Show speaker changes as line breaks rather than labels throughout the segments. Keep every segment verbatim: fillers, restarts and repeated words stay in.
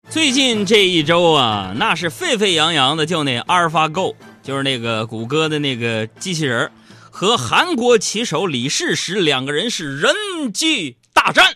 最近这一周啊，那是沸沸扬扬的，就那 AlphaGo， 就是那个谷歌的那个机器人，和韩国棋手李世石两个人是人机大战，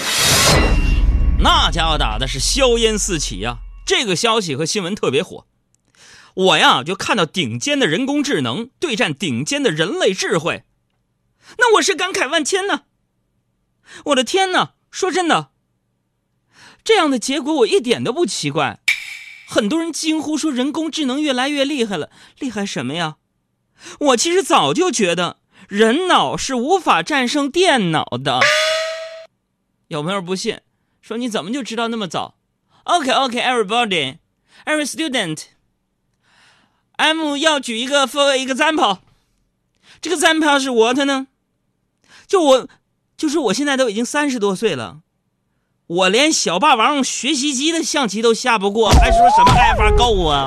那家伙打的是硝烟四起呀、啊！这个消息和新闻特别火，我呀就看到顶尖的人工智能对战顶尖的人类智慧，那我是感慨万千呢。我的天哪，说真的，这样的结果我一点都不奇怪。很多人惊呼说人工智能越来越厉害了，厉害什么呀？我其实早就觉得人脑是无法战胜电脑的。有朋友不信，说你怎么就知道那么早？ OK OK everybody every student I'm 要举一个 for example， 这个 example 是 what 呢？就我就是我现在都已经三十多岁了，我连小霸王学习机的象棋都下不过，还说什么 AlphaGo 啊？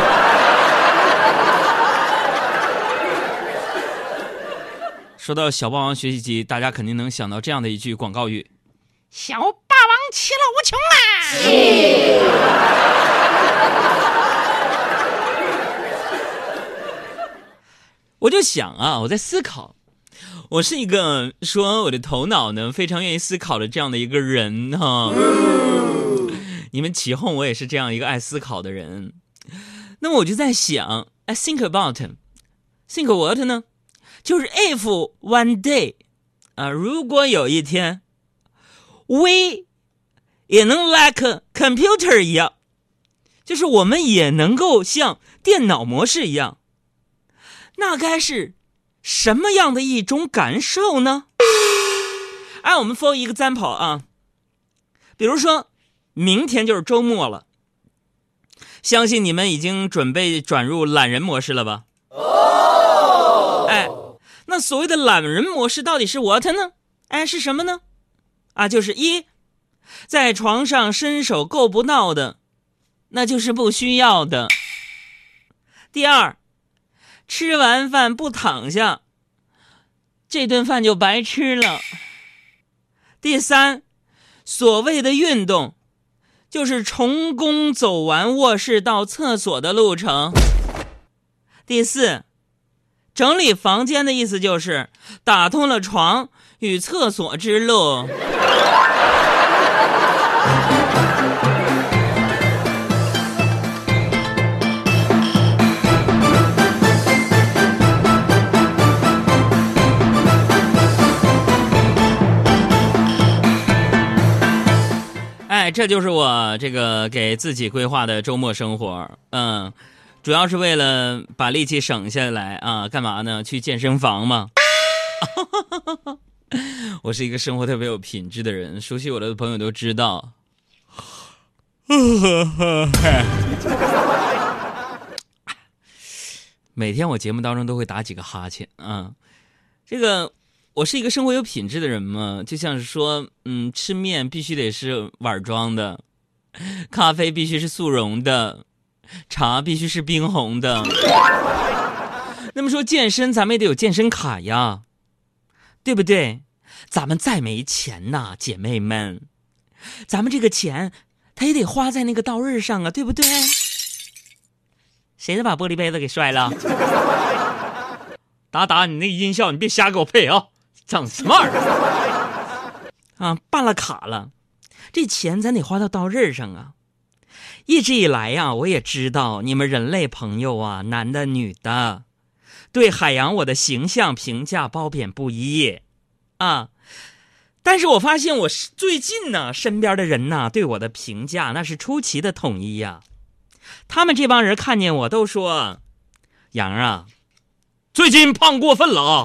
说到小霸王学习机，大家肯定能想到这样的一句广告语：小霸王其乐无穷啊！我就想啊，我在思考，我是一个说我的头脑呢非常愿意思考的这样的一个人哈、嗯。你们起哄我也是这样一个爱思考的人。那么我就在想 I think about think what 呢，就是 if one day 啊，如果有一天 we 也能 like computer 一样，就是我们也能够像电脑模式一样，那该是什么样的一种感受呢？哎，我们 for example 啊，比如说明天就是周末了，相信你们已经准备转入懒人模式了吧？哦，哎，那所谓的懒人模式到底是 what 呢？哎，是什么呢？啊，就是一，在床上伸手够不到的，那就是不需要的。第二，吃完饭不躺下，这顿饭就白吃了。第三，所谓的运动就是成功走完卧室到厕所的路程。第四，整理房间的意思就是打通了床与厕所之路。哎，这就是我这个给自己规划的周末生活。嗯，主要是为了把力气省下来啊，干嘛呢？去健身房嘛。我是一个生活特别有品质的人，熟悉我的朋友都知道。每天我节目当中都会打几个哈欠啊。这个我是一个生活有品质的人嘛，就像是说，嗯，吃面必须得是碗装的，咖啡必须是速溶的，茶必须是冰红的。那么说健身，咱们也得有健身卡呀，对不对？咱们再没钱呐，姐妹们，咱们这个钱它也得花在那个刀刃上啊，对不对？谁能把玻璃杯子给摔了？达达，你那个音效你别瞎给我配啊！整什么玩意儿啊？办了卡了，这钱咱得花到刀刃上啊！一直以来呀、啊，我也知道你们人类朋友啊，男的女的，对海洋我的形象评价褒贬不一啊。但是我发现我最近呢，身边的人呢，对我的评价那是出奇的统一呀、啊。他们这帮人看见我都说：“杨啊，最近胖过分了啊！”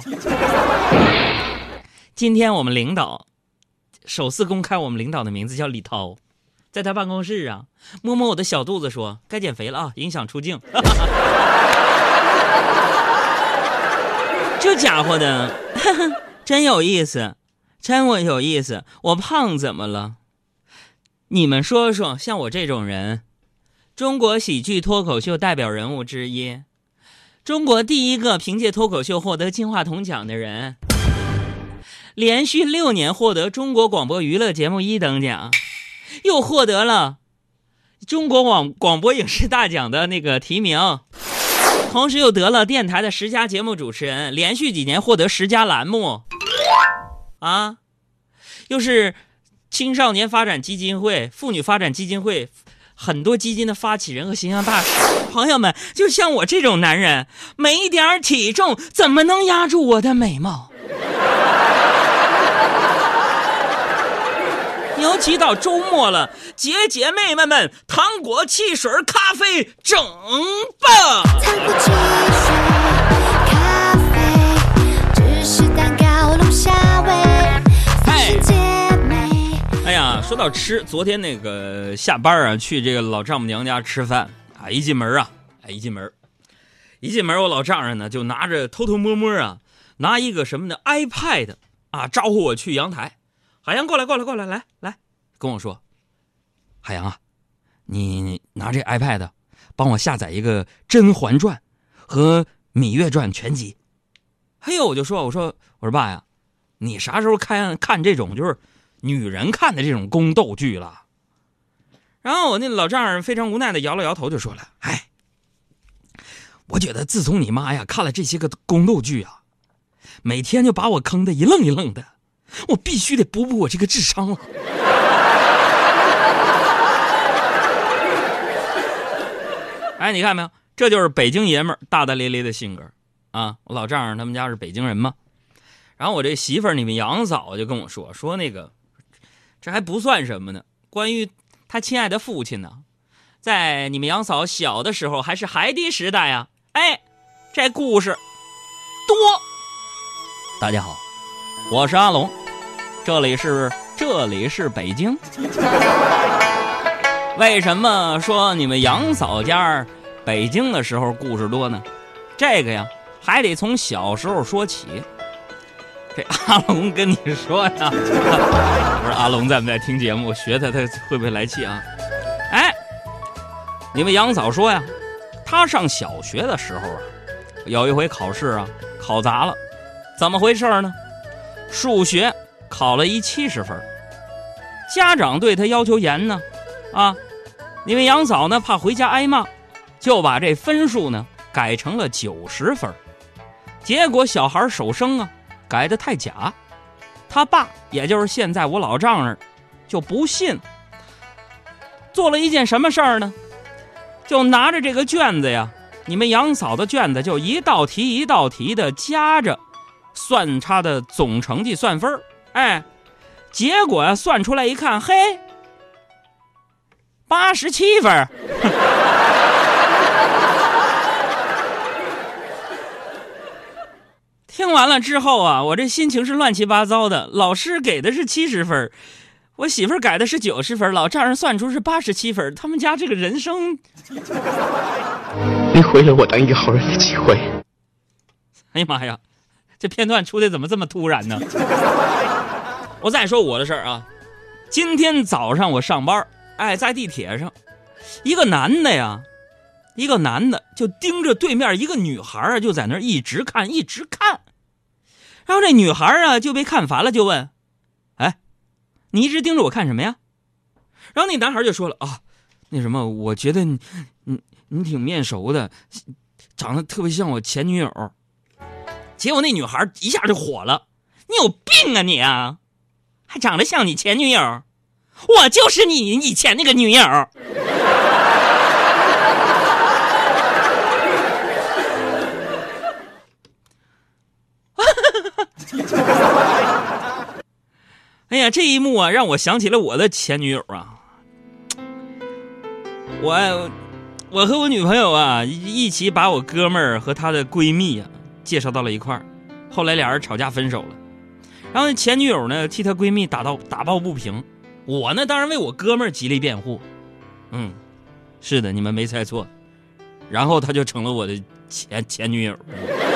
今天我们领导首次公开我们领导的名字叫李涛，在他办公室啊，摸摸我的小肚子说：“该减肥了啊，影响出镜。”这家伙的呵呵真有意思，真我有意思。我胖怎么了？你们说说，像我这种人，中国喜剧脱口秀代表人物之一，中国第一个凭借脱口秀获得金话筒奖的人，连续六年获得中国广播娱乐节目一等奖，又获得了中国广广播影视大奖的那个提名，同时又得了电台的十佳节目主持人，连续几年获得十佳栏目啊，又是青少年发展基金会、妇女发展基金会很多基金的发起人和形象大使。朋友们，就像我这种男人，没一点体重怎么能压住我的美貌？尤其到周末了，姐姐妹妹们，糖果、汽水、咖啡，整吧！
糖果、汽水、咖啡，只是蛋糕弄下味。
哎，
姐妹，
哎呀，说到吃，昨天那个下班啊，去这个老丈母娘家吃饭啊，一进门啊，哎，一进门，一进门，我老丈人呢就拿着偷偷摸摸啊，拿一个什么的 iPad 啊，招呼我去阳台。海洋，过来，过来，过来，来来，跟我说，海洋啊，你拿这 iPad 帮我下载一个《甄嬛传》和《芈月传》全集。嘿呦，我就说，我说，我说爸呀，你啥时候看看这种就是女人看的这种宫斗剧了？然后我那老丈人非常无奈的摇了摇头，就说了，哎，我觉得自从你妈呀看了这些个宫斗剧啊，每天就把我坑得一愣一愣的。我必须得补补我这个智商了。哎，你看没有？这就是北京爷们儿大大咧咧的性格啊！我老丈人他们家是北京人嘛，然后我这媳妇儿你们杨嫂就跟我说说那个，这还不算什么呢。关于他亲爱的父亲呢，在你们杨嫂小的时候还是孩提时代啊，哎，这故事多。大家好，我是阿龙。这里是这里是北京。为什么说你们杨嫂家北京的时候故事多呢？这个呀，还得从小时候说起。这阿龙跟你说呀，我说阿龙在不在听节目？我学他，他会不会来气啊？哎，你们杨嫂说呀，他上小学的时候啊，有一回考试啊，考砸了，怎么回事呢？数学考了一七十分，家长对他要求严呢，啊，你们杨嫂呢怕回家挨骂，就把这分数呢改成了九十分。结果小孩手生啊，改得太假，他爸也就是现在我老丈人就不信，做了一件什么事儿呢？就拿着这个卷子呀，你们杨嫂的卷子就一道题一道题的夹着，算他的总成绩算分。哎，结果呀，算出来一看，嘿，八十七分。听完了之后啊，我这心情是乱七八糟的。老师给的是七十分，我媳妇儿改的是九十分，老丈人算出是八十七分。他们家这个人生，
你毁了我当一个好人的机会。
哎呀妈呀，这片段出的怎么这么突然呢？我再说我的事儿啊，今天早上我上班，哎，在地铁上，一个男的呀，一个男的就盯着对面一个女孩啊，就在那儿一直看，一直看。然后这女孩啊就被看烦了，就问：“哎，你一直盯着我看什么呀？”然后那男孩就说了：“啊，那什么，我觉得你你你挺面熟的，长得特别像我前女友。”结果那女孩一下就火了：“你有病啊你啊！还长得像你前女友？我就是你以前那个女友。”哎呀，这一幕啊，让我想起了我的前女友啊。我，我和我女朋友啊，一起把我哥们儿和她的闺蜜啊介绍到了一块儿，后来俩人吵架分手了。然后前女友呢，替她闺蜜打到打抱不平，我呢，当然为我哥们儿极力辩护。嗯，是的，你们没猜错。然后她就成了我的前前女友。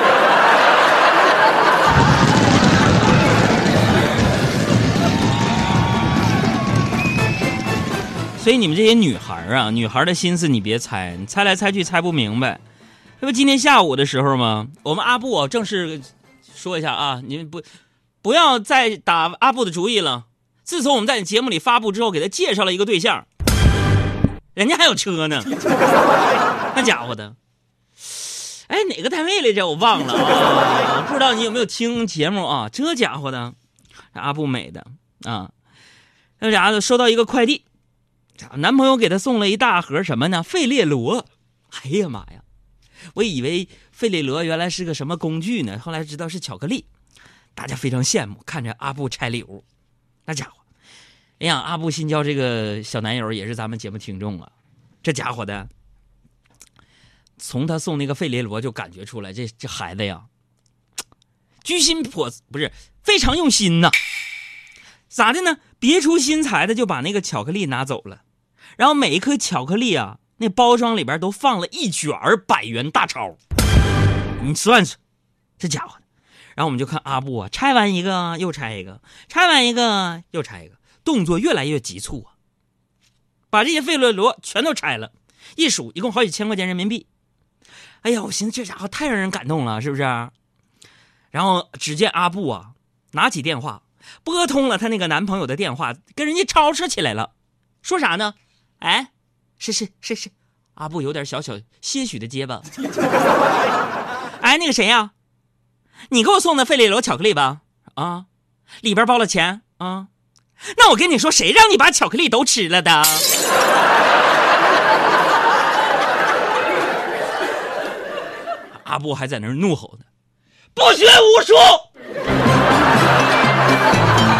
所以你们这些女孩啊，女孩的心思你别猜，你猜来猜去猜不明白。这不今天下午的时候吗？我们阿布啊，正式说一下啊，你们不不要再打阿布的主意了。自从我们在节目里发布之后，给他介绍了一个对象， 人家还有车呢，那家伙的。哎，哪个单位来着？我忘了啊，不知道你有没有听节目啊？这家伙的，阿布美的啊，那家伙收到一个快递，男朋友给他送了一大盒什么呢？费列罗。哎呀妈呀，我以为费列罗原来是个什么工具呢，后来知道是巧克力。大家非常羡慕，看着阿布拆礼物，那家伙，哎呀，阿布新交这个小男友也是咱们节目听众啊，这家伙的。从他送那个费列罗就感觉出来，这这孩子呀，居心叵不是非常用心呐。咋的呢？别出心裁的就把那个巧克力拿走了，然后每一颗巧克力啊，那包装里边都放了一卷百元大钞。你算算，这家伙。然后我们就看阿布啊，拆完一个又拆一个，拆完一个又拆一个，动作越来越急促啊，把这些费列罗全都拆了，一数一共好几千块钱人民币。哎呀，我寻思这家伙太让人感动了，是不是？然后只见阿布啊，拿起电话拨通了他那个男朋友的电话，跟人家吵吵起来了，说啥呢？哎，是是是是，阿布有点小小些许的结巴。哎，那个谁呀、啊，你给我送的费列罗巧克力吧？啊，里边包了钱啊？那我跟你说，谁让你把巧克力都吃了的？阿布还在那儿怒吼呢，不学无术。